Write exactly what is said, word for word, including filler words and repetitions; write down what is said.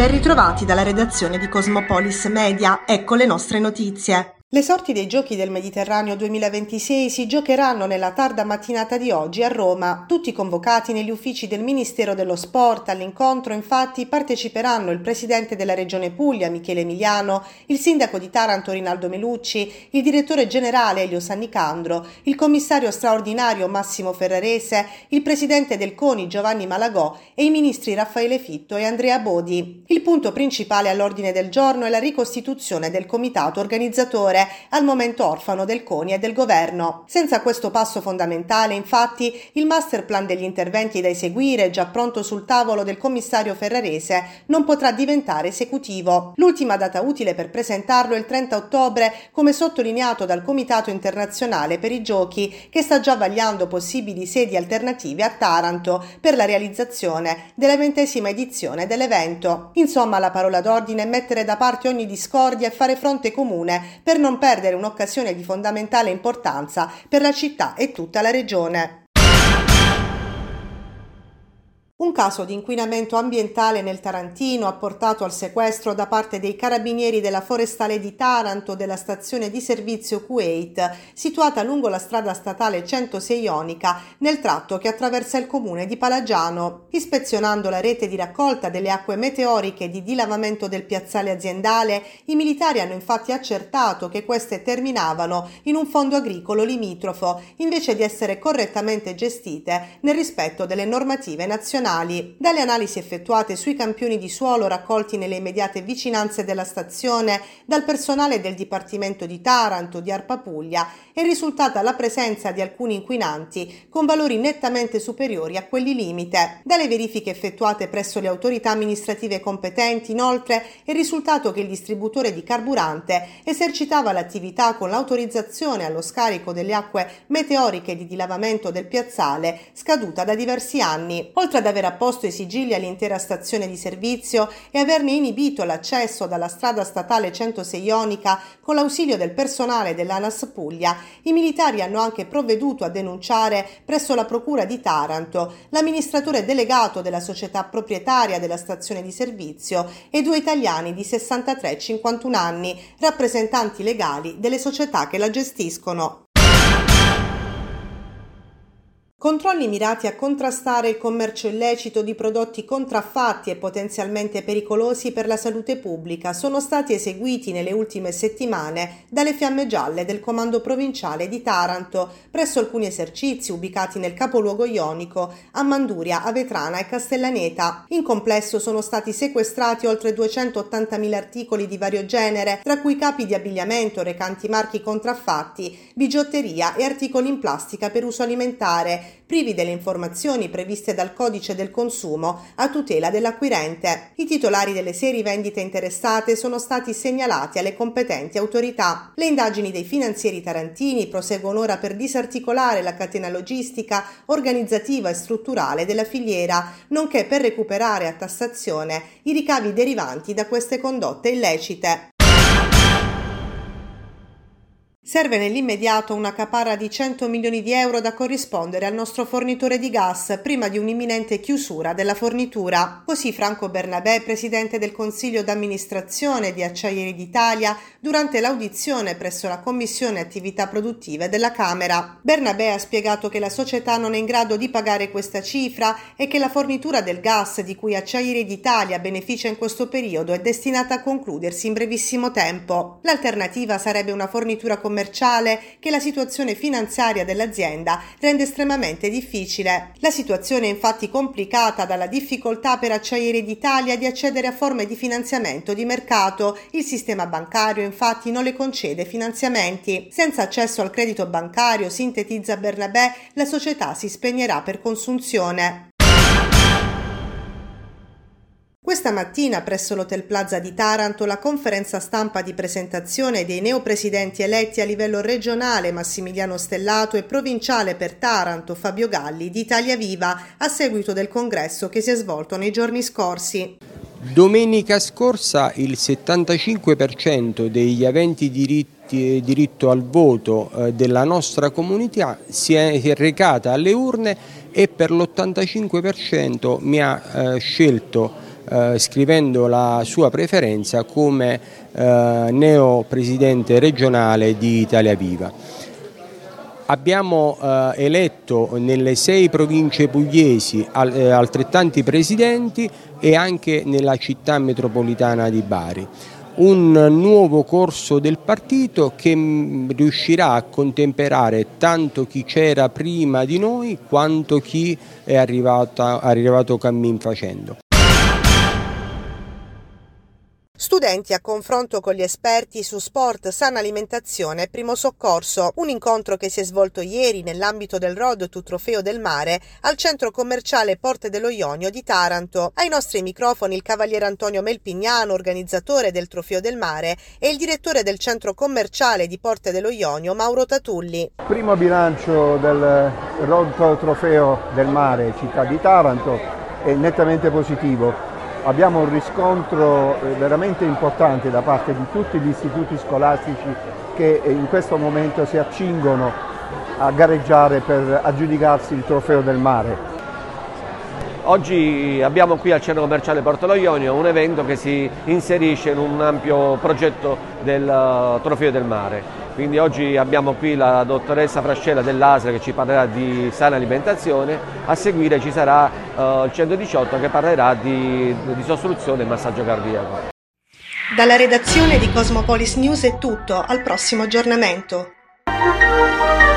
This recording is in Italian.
Ben ritrovati dalla redazione di Cosmopolis Media, ecco le nostre notizie. Le sorti dei Giochi del Mediterraneo duemilaventisei si giocheranno nella tarda mattinata di oggi a Roma. Tutti convocati negli uffici del Ministero dello Sport. All'incontro, infatti, parteciperanno il presidente della Regione Puglia, Michele Emiliano, il sindaco di Taranto, Rinaldo Melucci, il direttore generale, Elio Sannicandro, il commissario straordinario, Massimo Ferrarese, il presidente del CONI, Giovanni Malagò, e i ministri Raffaele Fitto e Andrea Bodi. Il punto principale all'ordine del giorno è la ricostituzione del comitato organizzatore, al momento orfano del CONI e del governo. Senza questo passo fondamentale, infatti, il master plan degli interventi da eseguire, già pronto sul tavolo del commissario Ferrarese, non potrà diventare esecutivo. L'ultima data utile per presentarlo è il trenta ottobre, come sottolineato dal Comitato Internazionale per i Giochi, che sta già vagliando possibili sedi alternative a Taranto per la realizzazione della ventesima edizione dell'evento. Insomma, la parola d'ordine è mettere da parte ogni discordia e fare fronte comune per non perdere un'occasione di fondamentale importanza per la città e tutta la regione. Un caso di inquinamento ambientale nel Tarantino ha portato al sequestro da parte dei carabinieri della Forestale di Taranto della stazione di servizio Kuwait, situata lungo la strada statale centosei Ionica, nel tratto che attraversa il comune di Palagiano. Ispezionando la rete di raccolta delle acque meteoriche di dilavamento del piazzale aziendale, i militari hanno infatti accertato che queste terminavano in un fondo agricolo limitrofo, invece di essere correttamente gestite nel rispetto delle normative nazionali. Dalle analisi effettuate sui campioni di suolo raccolti nelle immediate vicinanze della stazione dal personale del Dipartimento di Taranto di ARPA Puglia è risultata la presenza di alcuni inquinanti con valori nettamente superiori a quelli limite. Dalle verifiche effettuate presso le autorità amministrative competenti, inoltre, è risultato che il distributore di carburante esercitava l'attività con l'autorizzazione allo scarico delle acque meteoriche di dilavamento del piazzale scaduta da diversi anni. Oltre ad aver apposto i sigilli all'intera stazione di servizio e averne inibito l'accesso dalla strada statale centosei Ionica con l'ausilio del personale dell'ANAS Puglia, i militari hanno anche provveduto a denunciare presso la Procura di Taranto l'amministratore delegato della società proprietaria della stazione di servizio e due italiani di sessantatré e cinquantuno anni, rappresentanti legali delle società che la gestiscono. Controlli mirati a contrastare il commercio illecito di prodotti contraffatti e potenzialmente pericolosi per la salute pubblica sono stati eseguiti nelle ultime settimane dalle Fiamme Gialle del Comando Provinciale di Taranto presso alcuni esercizi ubicati nel capoluogo ionico, a Manduria, Avetrana e Castellaneta. In complesso sono stati sequestrati oltre duecentottantamila articoli di vario genere, tra cui capi di abbigliamento recanti marchi contraffatti, bigiotteria e articoli in plastica per uso alimentare, privi delle informazioni previste dal codice del consumo a tutela dell'acquirente. I titolari delle serie vendite interessate sono stati segnalati alle competenti autorità. Le indagini dei finanzieri tarantini proseguono ora per disarticolare la catena logistica, organizzativa e strutturale della filiera, nonché per recuperare a tassazione i ricavi derivanti da queste condotte illecite. Serve nell'immediato una caparra di cento milioni di euro da corrispondere al nostro fornitore di gas prima di un'imminente chiusura della fornitura. Così Franco Bernabé, presidente del Consiglio d'amministrazione di Acciaierie d'Italia, durante l'audizione presso la Commissione Attività Produttive della Camera. Bernabé ha spiegato che la società non è in grado di pagare questa cifra e che la fornitura del gas di cui Acciaierie d'Italia beneficia in questo periodo è destinata a concludersi in brevissimo tempo. L'alternativa sarebbe una fornitura commerciale commerciale che la situazione finanziaria dell'azienda rende estremamente difficile. La situazione è infatti complicata dalla difficoltà per Acciaierie d'Italia di accedere a forme di finanziamento di mercato. Il sistema bancario infatti non le concede finanziamenti. Senza accesso al credito bancario, sintetizza Bernabé, la società si spegnerà per consunzione. Questa mattina presso l'Hotel Plaza di Taranto la conferenza stampa di presentazione dei neopresidenti eletti a livello regionale Massimiliano Stellato e provinciale per Taranto Fabio Galli di Italia Viva a seguito del congresso che si è svolto nei giorni scorsi. Domenica scorsa il settantacinque per cento degli aventi diritti, diritto al voto eh, della nostra comunità si è, si è recata alle urne e per l'ottantacinque per cento mi ha eh, scelto eh, scrivendo la sua preferenza come eh, neo presidente regionale di Italia Viva. Abbiamo eh, eletto nelle sei province pugliesi al, eh, altrettanti presidenti e anche nella città metropolitana di Bari. Un nuovo corso del partito che mh, riuscirà a contemperare tanto chi c'era prima di noi quanto chi è arrivato, arrivato cammin facendo. Studenti a confronto con gli esperti su sport, sana alimentazione e primo soccorso. Un incontro che si è svolto ieri nell'ambito del Road to Trofeo del Mare al centro commerciale Porte dello Ionio di Taranto. Ai nostri microfoni il cavaliere Antonio Melpignano, organizzatore del Trofeo del Mare, e il direttore del centro commerciale di Porte dello Ionio, Mauro Tatulli. Primo bilancio del Road to Trofeo del Mare città di Taranto è nettamente positivo. Abbiamo un riscontro veramente importante da parte di tutti gli istituti scolastici che in questo momento si accingono a gareggiare per aggiudicarsi il Trofeo del Mare. Oggi abbiamo qui al centro commerciale Porte dello Ionio un evento che si inserisce in un ampio progetto del Trofeo del Mare. Quindi oggi abbiamo qui la dottoressa Frascella dell'A S L che ci parlerà di sana alimentazione, a seguire ci sarà uh, il centodiciotto che parlerà di, di sosstruzione e massaggio cardiaco. Dalla redazione di Cosmopolis News è tutto, al prossimo aggiornamento.